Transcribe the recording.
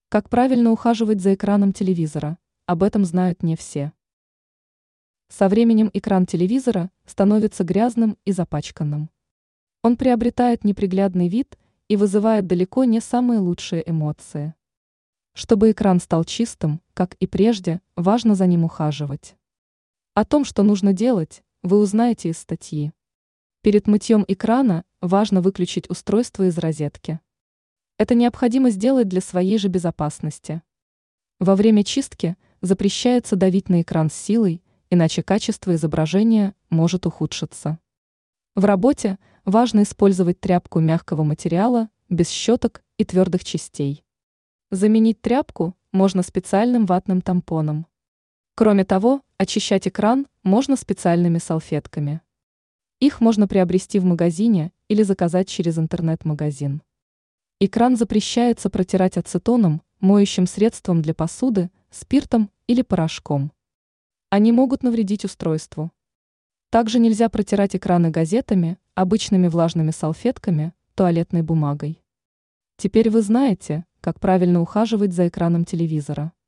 Как правильно ухаживать за экраном телевизора? Об этом знают не все. Со временем экран телевизора становится грязным и запачканным. Он приобретает неприглядный вид и вызывает далеко не самые лучшие эмоции. Чтобы экран стал чистым, как и прежде, важно за ним ухаживать. О том, что нужно делать, вы узнаете из статьи. Перед мытьем экрана важно выключить устройство из розетки. Это необходимо сделать для своей же безопасности. Во время чистки запрещается давить на экран с силой, иначе качество изображения может ухудшиться. В работе важно использовать тряпку мягкого материала, без щеток и твердых частей. Заменить тряпку можно специальным ватным тампоном. Кроме того, очищать экран можно специальными салфетками. Их можно приобрести в магазине или заказать через интернет-магазин. Экран запрещается протирать ацетоном, моющим средством для посуды, спиртом или порошком. Они могут навредить устройству. Также нельзя протирать экраны газетами, обычными влажными салфетками, туалетной бумагой. Теперь вы знаете, как правильно ухаживать за экраном телевизора.